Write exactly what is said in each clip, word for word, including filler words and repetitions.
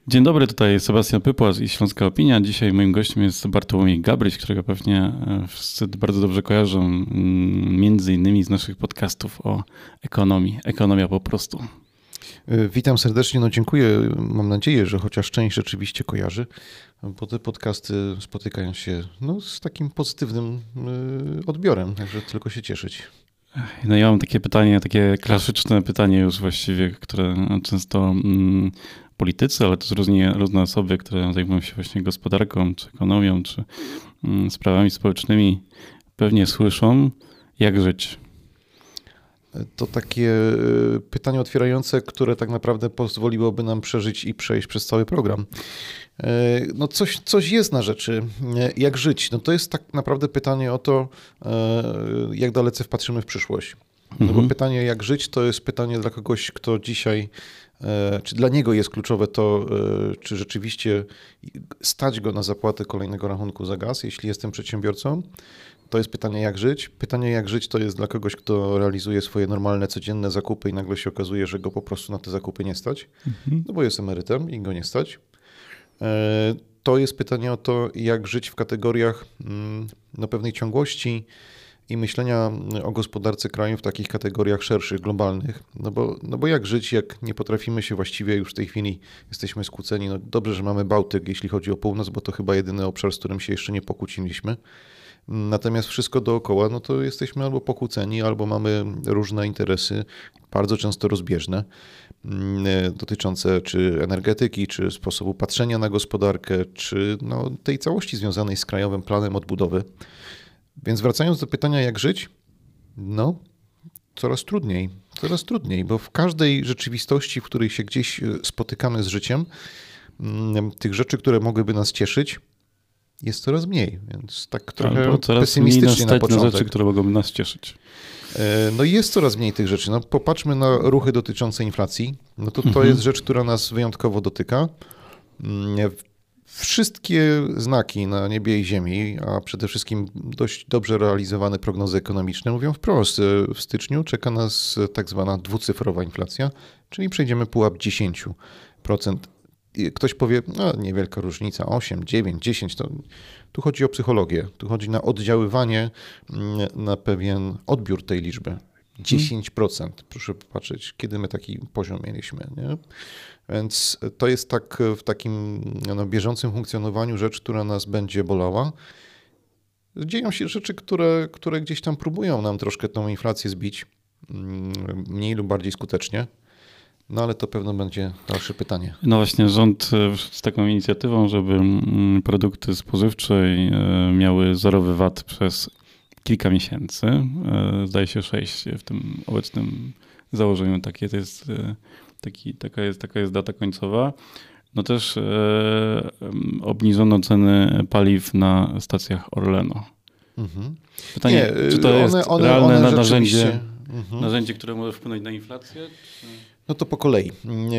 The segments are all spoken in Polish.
Dzień dobry, tutaj Sebastian Pypłas i Śląska Opinia. Dzisiaj moim gościem jest Bartłomiej Gabryś, którego pewnie wszyscy bardzo dobrze kojarzą, między innymi z naszych podcastów o ekonomii. Ekonomia po prostu. Witam serdecznie, no dziękuję. Mam nadzieję, że chociaż część rzeczywiście kojarzy, bo te podcasty spotykają się no, z takim pozytywnym odbiorem, także tylko się cieszyć. No ja mam takie pytanie, takie klasyczne pytanie już właściwie, które często mm, politycy, ale też różnie, różne osoby, które zajmują się właśnie gospodarką, czy ekonomią, czy mm, sprawami społecznymi, pewnie słyszą, jak żyć. To takie pytanie otwierające, które tak naprawdę pozwoliłoby nam przeżyć i przejść przez cały program. No coś, coś jest na rzeczy. Jak żyć? No to jest tak naprawdę pytanie o to, jak dalece wpatrzymy w przyszłość. No bo mhm. pytanie jak żyć to jest pytanie dla kogoś, kto dzisiaj, czy dla niego jest kluczowe to, czy rzeczywiście stać go na zapłatę kolejnego rachunku za gaz, jeśli jestem przedsiębiorcą. To jest pytanie, jak żyć. Pytanie, jak żyć, to jest dla kogoś, kto realizuje swoje normalne, codzienne zakupy i nagle się okazuje, że go po prostu na te zakupy nie stać, mhm. no bo jest emerytem i go nie stać. To jest pytanie o to, jak żyć w kategoriach no, pewnej ciągłości i myślenia o gospodarce kraju w takich kategoriach szerszych, globalnych. No bo, no bo jak żyć, jak nie potrafimy się właściwie już w tej chwili, jesteśmy skłóceni. No dobrze, że mamy Bałtyk, jeśli chodzi o północ, bo to chyba jedyny obszar, z którym się jeszcze nie pokłóciliśmy. Natomiast wszystko dookoła, no to jesteśmy albo pokłóceni, albo mamy różne interesy, bardzo często rozbieżne, dotyczące czy energetyki, czy sposobu patrzenia na gospodarkę, czy no, tej całości związanej z Krajowym Planem Odbudowy. Więc wracając do pytania, jak żyć, no coraz trudniej, coraz trudniej, bo w każdej rzeczywistości, w której się gdzieś spotykamy z życiem, tych rzeczy, które mogłyby nas cieszyć, jest coraz mniej, więc tak trochę Albo coraz pesymistycznie mniej na początek. Na rzeczy, które mogłyby nas cieszyć. No i jest coraz mniej tych rzeczy. No popatrzmy na ruchy dotyczące inflacji. No to to mhm. jest rzecz, która nas wyjątkowo dotyka. Wszystkie znaki na niebie i ziemi, a przede wszystkim dość dobrze realizowane prognozy ekonomiczne mówią wprost. W styczniu czeka nas tak zwana dwucyfrowa inflacja, czyli przejdziemy pułap dziesięć procent. Ktoś powie, no niewielka różnica, osiem, dziewięć, dziesięć, to tu chodzi o psychologię, tu chodzi na oddziaływanie na pewien odbiór tej liczby. dziesięć procent, proszę popatrzeć, kiedy my taki poziom mieliśmy. Nie? Więc to jest tak w takim no, bieżącym funkcjonowaniu rzecz, która nas będzie bolała. Dzieją się rzeczy, które, które gdzieś tam próbują nam troszkę tą inflację zbić, mniej lub bardziej skutecznie. No ale to pewno będzie dalsze pytanie. No właśnie, rząd z taką inicjatywą, żeby produkty spożywcze miały zerowy V A T przez kilka miesięcy. Zdaje się sześć w tym obecnym założeniu. Takie to jest, taki, taka, jest, taka jest data końcowa. No też e, obniżono ceny paliw na stacjach Orlenu. Mhm. Pytanie, Nie, czy to one, jest one, realne one narzędzie, mhm. narzędzie, które może wpłynąć na inflację? Czy... No to po kolei.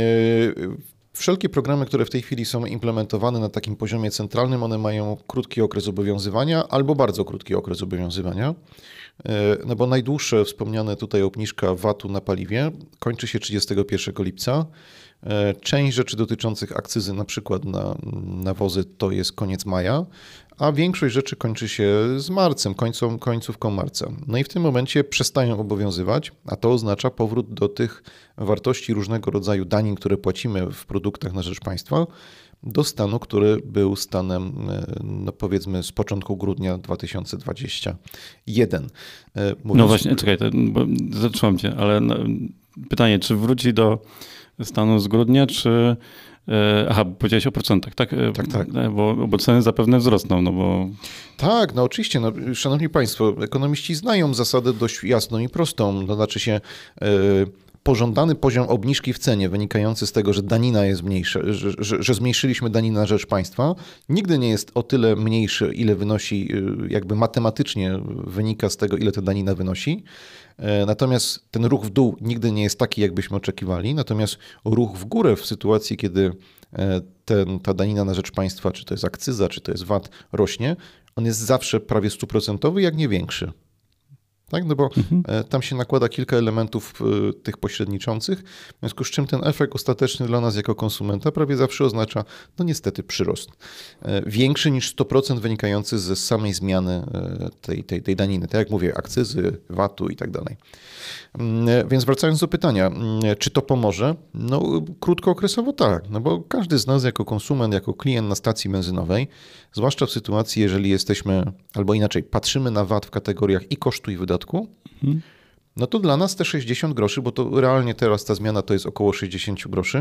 Wszelkie programy, które w tej chwili są implementowane na takim poziomie centralnym, one mają krótki okres obowiązywania albo bardzo krótki okres obowiązywania. No bo najdłuższe wspomniane tutaj obniżka V A T-u na paliwie kończy się trzydziestego pierwszego lipca. Część rzeczy dotyczących akcyzy, na przykład na nawozy, to jest koniec maja, a większość rzeczy kończy się z marcem, końcą, końcówką marca. No i w tym momencie przestają obowiązywać, a to oznacza powrót do tych wartości różnego rodzaju danin, które płacimy w produktach na rzecz państwa, do stanu, który był stanem, no powiedzmy, z początku grudnia dwa tysiące dwudziestego pierwszego. Mówiąc... No właśnie, czekaj, to, bo zatrzymam cię, ale no, pytanie, czy wróci do stanu z grudnia, czy... Aha, powiedziałeś o procentach, tak? Tak, tak. Bo, bo ceny zapewne wzrosną, no bo... Tak, no oczywiście. No, szanowni państwo, ekonomiści znają zasadę dość jasną i prostą. To znaczy się... Yy... pożądany poziom obniżki w cenie wynikający z tego, że danina jest mniejsza, że, że, że zmniejszyliśmy daninę na rzecz państwa, nigdy nie jest o tyle mniejszy, ile wynosi, jakby matematycznie wynika z tego, ile ta danina wynosi. Natomiast ten ruch w dół nigdy nie jest taki, jakbyśmy oczekiwali. Natomiast ruch w górę w sytuacji, kiedy ten, ta danina na rzecz państwa, czy to jest akcyza, czy to jest V A T, rośnie, on jest zawsze prawie stuprocentowy, jak nie większy. Tak? No bo Mhm. tam się nakłada kilka elementów tych pośredniczących, w związku z czym ten efekt ostateczny dla nas jako konsumenta prawie zawsze oznacza, no niestety, przyrost. Większy niż sto procent wynikający ze samej zmiany tej, tej, tej daniny. Tak jak mówię, akcyzy, vatu i tak dalej. Więc wracając do pytania, czy to pomoże? No krótkookresowo tak, no bo każdy z nas jako konsument, jako klient na stacji benzynowej, zwłaszcza w sytuacji, jeżeli jesteśmy, albo inaczej, patrzymy na V A T w kategoriach i kosztu i wydatku, mhm. no to dla nas te sześćdziesiąt groszy, bo to realnie teraz ta zmiana to jest około sześćdziesiąt groszy,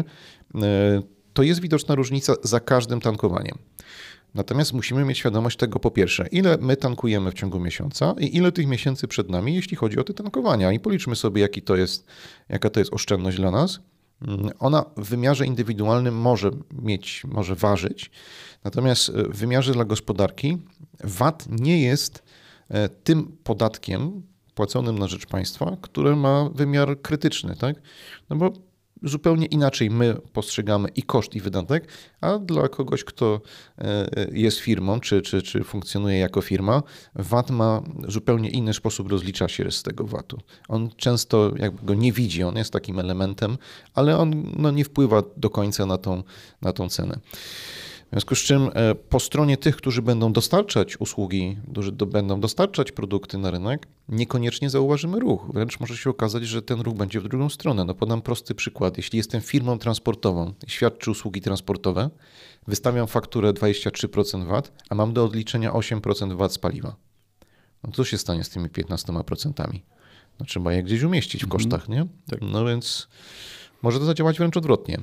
to jest widoczna różnica za każdym tankowaniem. Natomiast musimy mieć świadomość tego, po pierwsze, ile my tankujemy w ciągu miesiąca i ile tych miesięcy przed nami, jeśli chodzi o te tankowania. I policzmy sobie, jaki to jest, jaka to jest oszczędność dla nas. Ona w wymiarze indywidualnym może mieć, może ważyć, natomiast w wymiarze dla gospodarki V A T nie jest tym podatkiem płaconym na rzecz państwa, które ma wymiar krytyczny, tak? No bo zupełnie inaczej my postrzegamy i koszt, i wydatek, a dla kogoś, kto jest firmą, czy, czy, czy funkcjonuje jako firma, V A T ma zupełnie inny sposób, rozlicza się z tego V A T-u. On często jakby go nie widzi, on jest takim elementem, ale on no, nie wpływa do końca na tą, na tą cenę. W związku z czym po stronie tych, którzy będą dostarczać usługi, którzy do, będą dostarczać produkty na rynek, niekoniecznie zauważymy ruch. Wręcz może się okazać, że ten ruch będzie w drugą stronę. No podam prosty przykład. Jeśli jestem firmą transportową i świadczę usługi transportowe, wystawiam fakturę dwadzieścia trzy procent V A T, a mam do odliczenia osiem procent V A T z paliwa. No co się stanie z tymi piętnastoma procentami? No trzeba je gdzieś umieścić w kosztach, nie? Tak. No więc może to zadziałać wręcz odwrotnie.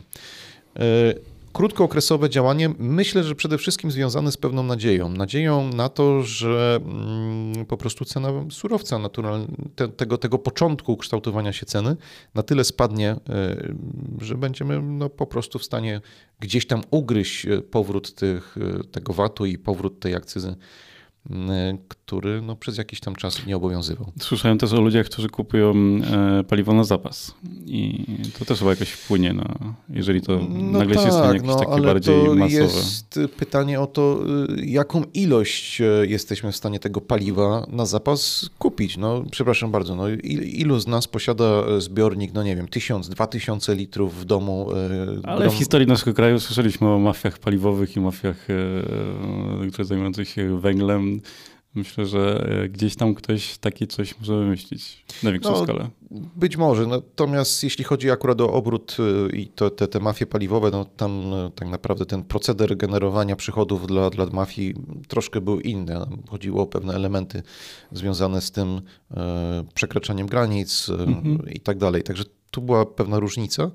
Krótkookresowe działanie, myślę, że przede wszystkim związane z pewną nadzieją. Nadzieją na to, że po prostu cena surowca naturalnego, te, tego, tego początku kształtowania się ceny na tyle spadnie, że będziemy no, po prostu w stanie gdzieś tam ugryźć powrót tych, tego V A T-u i powrót tej akcyzy, który no, przez jakiś tam czas nie obowiązywał. Słyszałem też o ludziach, którzy kupują paliwo na zapas i to też chyba jakoś wpłynie na, jeżeli to no nagle tak, się stanie jakieś no, takie ale bardziej to masowe. Jest pytanie o to, jaką ilość jesteśmy w stanie tego paliwa na zapas kupić. No przepraszam bardzo, no ilu z nas posiada zbiornik, no nie wiem, tysiąc, dwa tysiące litrów w domu? Ale grom... w historii naszego kraju słyszeliśmy o mafiach paliwowych i mafiach, które zajmujących się węglem. Myślę, że gdzieś tam ktoś takie coś może wymyślić na większą no, skalę. Być może, natomiast jeśli chodzi akurat o obrót i to, te, te mafie paliwowe, no tam tak naprawdę ten proceder generowania przychodów dla, dla mafii troszkę był inny. Chodziło o pewne elementy związane z tym e, przekraczaniem granic mhm. i tak dalej. Także tu była pewna różnica.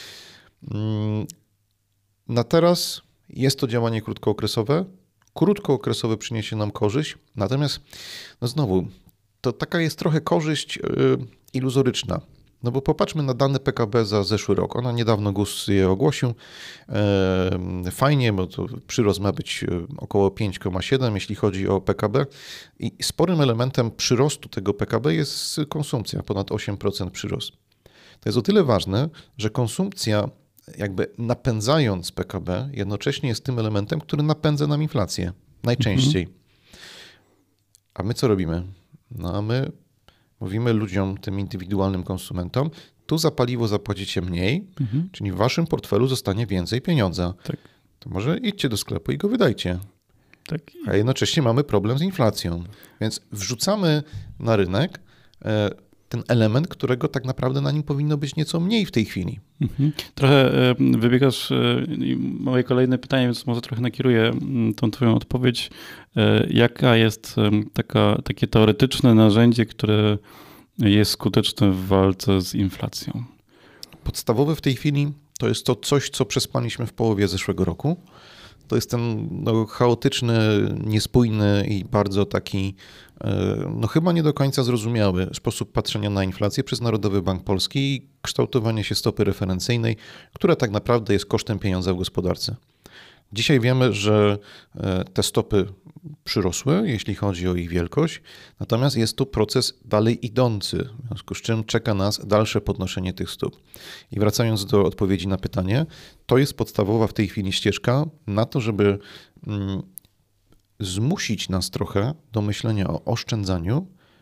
Na teraz jest to działanie krótkookresowe. Krótkookresowe przyniesie nam korzyść, natomiast no znowu, to taka jest trochę korzyść iluzoryczna. No bo popatrzmy na dane P K B za zeszły rok. Ona niedawno G U S je ogłosił. Fajnie, bo to przyrost ma być około pięć przecinek siedem, jeśli chodzi o P K B. I sporym elementem przyrostu tego P K B jest konsumpcja, ponad osiem procent przyrost. To jest o tyle ważne, że konsumpcja jakby napędzając P K B, jednocześnie jest tym elementem, który napędza nam inflację. Najczęściej. Mhm. A my co robimy? No a my mówimy ludziom, tym indywidualnym konsumentom, tu za paliwo zapłacicie mniej, mhm. czyli w waszym portfelu zostanie więcej pieniądza. Tak. To może idźcie do sklepu i go wydajcie. Tak. A jednocześnie mamy problem z inflacją. Więc wrzucamy na rynek ten element, którego tak naprawdę na nim powinno być nieco mniej w tej chwili. Mhm. Trochę wybiegasz i moje kolejne pytanie, więc może trochę nakieruję tą twoją odpowiedź. Jaka jest taka, takie teoretyczne narzędzie, które jest skuteczne w walce z inflacją? Podstawowe w tej chwili to jest to coś, co przespaliśmy w połowie zeszłego roku. To jest ten no, chaotyczny, niespójny i bardzo taki, no chyba nie do końca zrozumiały sposób patrzenia na inflację przez Narodowy Bank Polski i kształtowanie się stopy referencyjnej, która tak naprawdę jest kosztem pieniądza w gospodarce. Dzisiaj wiemy, że te stopy przyrosły, jeśli chodzi o ich wielkość, natomiast jest to proces dalej idący, w związku z czym czeka nas dalsze podnoszenie tych stóp. I wracając do odpowiedzi na pytanie, to jest podstawowa w tej chwili ścieżka na to, żeby zmusić nas trochę do myślenia o oszczędzaniu,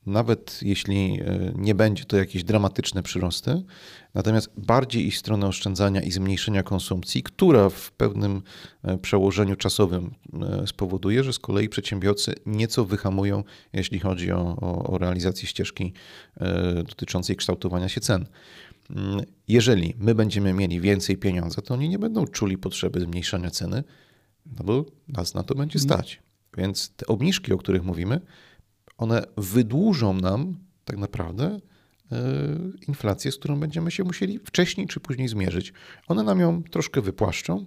nawet jeśli nie będzie to jakieś dramatyczne przyrosty, natomiast bardziej iść w stronę oszczędzania i zmniejszenia konsumpcji, która w pewnym przełożeniu czasowym spowoduje, że z kolei przedsiębiorcy nieco wyhamują, jeśli chodzi o, o, o realizację ścieżki dotyczącej kształtowania się cen. Jeżeli my będziemy mieli więcej pieniądza, to oni nie będą czuli potrzeby zmniejszania ceny, no bo nas na to będzie stać. Więc te obniżki, o których mówimy, one wydłużą nam tak naprawdę inflację, z którą będziemy się musieli wcześniej czy później zmierzyć. One nam ją troszkę wypłaszczą.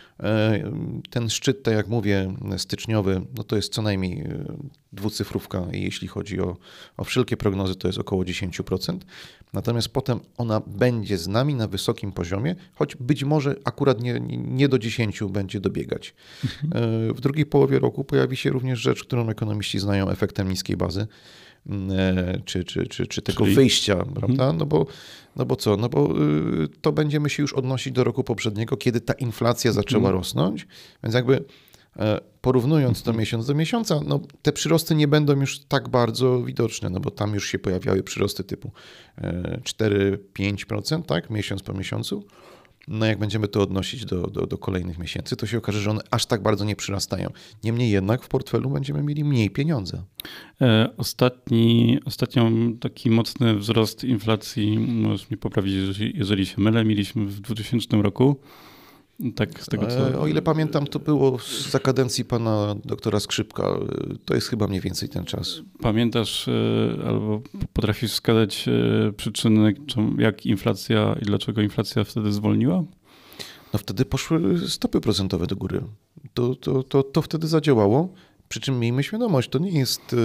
Ten szczyt, tak jak mówię, styczniowy, no to jest co najmniej dwucyfrówka, jeśli chodzi o, o wszelkie prognozy, to jest około dziesięć procent. Natomiast potem ona będzie z nami na wysokim poziomie, choć być może akurat nie, nie do dziesięciu będzie dobiegać. Mhm. W drugiej połowie roku pojawi się również rzecz, którą ekonomiści znają efektem niskiej bazy, czy, czy, czy, czy tego Czyli... wyjścia, prawda? Mhm. No bo, no bo co? No bo y, to będziemy się już odnosić do roku poprzedniego, kiedy ta inflacja zaczęła mhm. rosnąć, więc jakby e, porównując mhm. to miesiąc do miesiąca, no te przyrosty nie będą już tak bardzo widoczne, no bo tam już się pojawiały przyrosty typu e, cztery do pięciu procent, tak? Miesiąc po miesiącu. No jak będziemy to odnosić do, do, do kolejnych miesięcy, to się okaże, że one aż tak bardzo nie przyrastają. Niemniej jednak w portfelu będziemy mieli mniej pieniądza. Ostatni, ostatnio taki mocny wzrost inflacji, możesz mi poprawić, jeżeli, jeżeli się mylę, mieliśmy w dwutysięcznym roku. Tak, z tego, co... O ile pamiętam, to było za kadencji pana doktora Skrzypka. To jest chyba mniej więcej ten czas. Pamiętasz albo potrafisz wskazać przyczyny, jak inflacja i dlaczego inflacja wtedy zwolniła? No wtedy poszły stopy procentowe do góry. To, to, to, to wtedy zadziałało. Przy czym miejmy świadomość, to nie jest...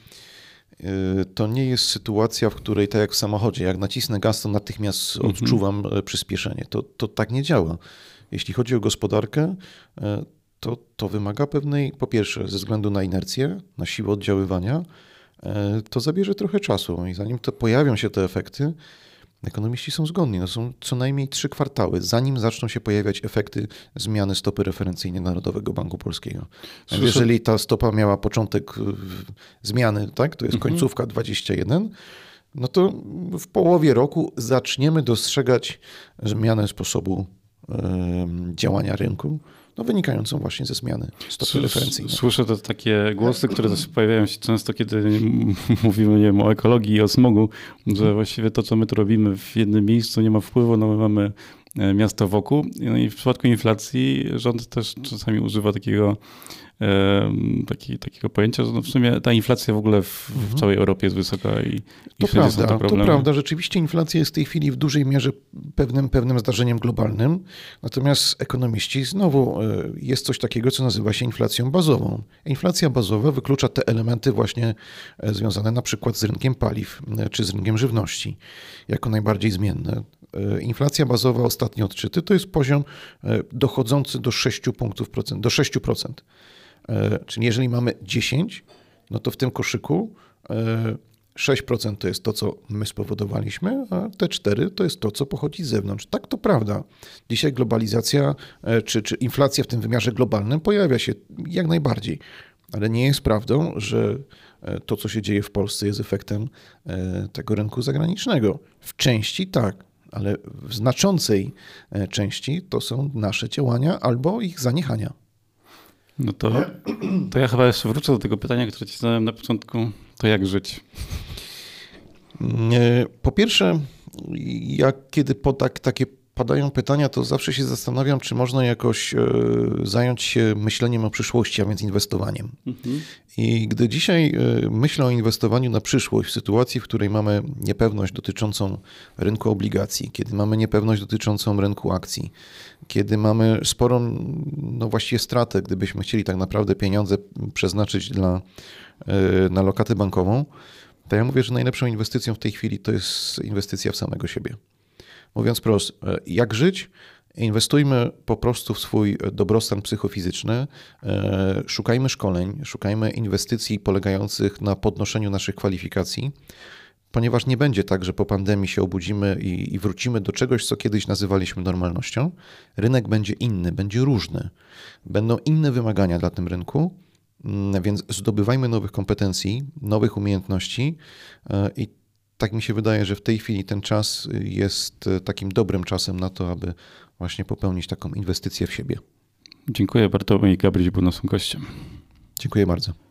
To nie jest sytuacja, w której tak jak w samochodzie, jak nacisnę gaz, to natychmiast odczuwam mhm. przyspieszenie. To, to tak nie działa. Jeśli chodzi o gospodarkę, to, to wymaga pewnej, po pierwsze, ze względu na inercję, na siłę oddziaływania, to zabierze trochę czasu i zanim to pojawią się te efekty, ekonomiści są zgodni, no są co najmniej trzy kwartały, zanim zaczną się pojawiać efekty zmiany stopy referencyjnej Narodowego Banku Polskiego. Słyszę... Jeżeli ta stopa miała początek zmiany, tak, to jest mhm. końcówka dwadzieścia jeden, no to w połowie roku zaczniemy dostrzegać zmianę sposobu działania rynku, no wynikającą właśnie ze zmiany stopy referencyjnej. Słyszę te takie głosy, które też pojawiają się często, kiedy mówimy nie wiem, o ekologii i o smogu, że właściwie to, co my tu robimy w jednym miejscu, nie ma wpływu, no my mamy miasto wokół. No i w przypadku inflacji rząd też czasami używa takiego Taki, takiego pojęcia, że no w sumie ta inflacja w ogóle w, w całej Europie jest wysoka i, i to prawda, są te problemy. To prawda, rzeczywiście inflacja jest w tej chwili w dużej mierze pewnym, pewnym zdarzeniem globalnym, natomiast ekonomiści znowu jest coś takiego, co nazywa się inflacją bazową. Inflacja bazowa wyklucza te elementy właśnie związane na przykład z rynkiem paliw czy z rynkiem żywności jako najbardziej zmienne. Inflacja bazowa, ostatnie odczyty, to jest poziom dochodzący do sześciu punktów procent, do sześciu procent. Czyli jeżeli mamy dziesięć, no to w tym koszyku sześć procent to jest to, co my spowodowaliśmy, a te cztery to jest to, co pochodzi z zewnątrz. Tak, to prawda. Dzisiaj globalizacja czy, czy inflacja w tym wymiarze globalnym pojawia się jak najbardziej, ale nie jest prawdą, że to, co się dzieje w Polsce, jest efektem tego rynku zagranicznego. W części tak, ale w znaczącej części to są nasze działania albo ich zaniechania. No to, to ja chyba jeszcze wrócę do tego pytania, które ci zadałem na początku. To jak żyć? Po pierwsze, jak kiedy po tak, takie padają pytania, to zawsze się zastanawiam, czy można jakoś zająć się myśleniem o przyszłości, a więc inwestowaniem. Mhm. I gdy dzisiaj myślę o inwestowaniu na przyszłość w sytuacji, w której mamy niepewność dotyczącą rynku obligacji, kiedy mamy niepewność dotyczącą rynku akcji, kiedy mamy sporą, no właściwie stratę, gdybyśmy chcieli tak naprawdę pieniądze przeznaczyć dla, na lokatę bankową, to ja mówię, że najlepszą inwestycją w tej chwili to jest inwestycja w samego siebie. Mówiąc prosto, jak żyć? Inwestujmy po prostu w swój dobrostan psychofizyczny, szukajmy szkoleń, szukajmy inwestycji polegających na podnoszeniu naszych kwalifikacji, ponieważ nie będzie tak, że po pandemii się obudzimy i, i wrócimy do czegoś, co kiedyś nazywaliśmy normalnością. Rynek będzie inny, będzie różny. Będą inne wymagania dla tym rynku Więc zdobywajmy nowych kompetencji, nowych umiejętności i tak mi się wydaje, że w tej chwili ten czas jest takim dobrym czasem na to, aby właśnie popełnić taką inwestycję w siebie. Dziękuję. Bartłomiej Gabryś był naszym gościem. Dziękuję bardzo.